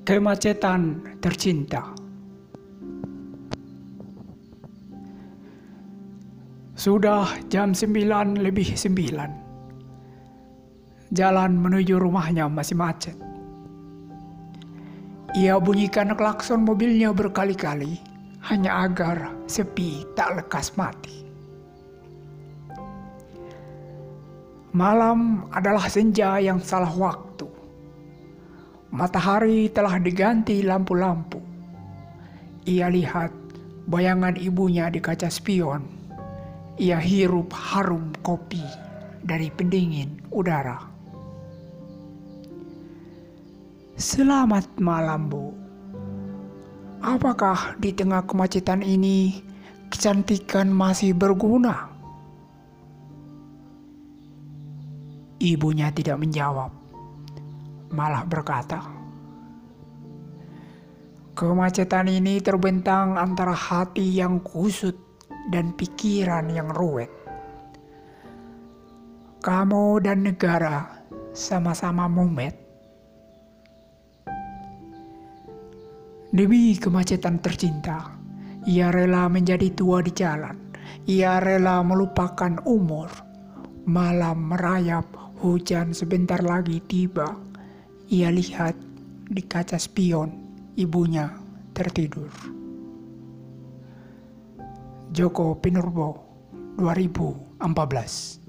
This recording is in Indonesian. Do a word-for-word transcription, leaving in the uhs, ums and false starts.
Kemacetan tercinta. Sudah jam sembilan lebih sembilan. Jalan menuju rumahnya masih macet. Ia bunyikan klakson mobilnya berkali-kali hanya agar sepi tak lekas mati. Malam adalah senja yang salah waktu. Matahari telah diganti lampu-lampu. Ia lihat bayangan ibunya di kaca spion. Ia hirup harum kopi dari pendingin udara. Selamat malam, Bu. Apakah di tengah kemacetan ini kecantikan masih berguna? Ibunya tidak menjawab, malah berkata, kemacetan ini terbentang antara hati yang kusut dan pikiran yang ruwet. Kamu dan negara sama-sama mumet. Demi kemacetan tercinta, ia rela menjadi tua di jalan. Ia rela melupakan umur. Malam merayap, hujan sebentar lagi tiba. Ia lihat di kaca spion, ibunya tertidur. Joko Pinurbo, dua ribu empat belas.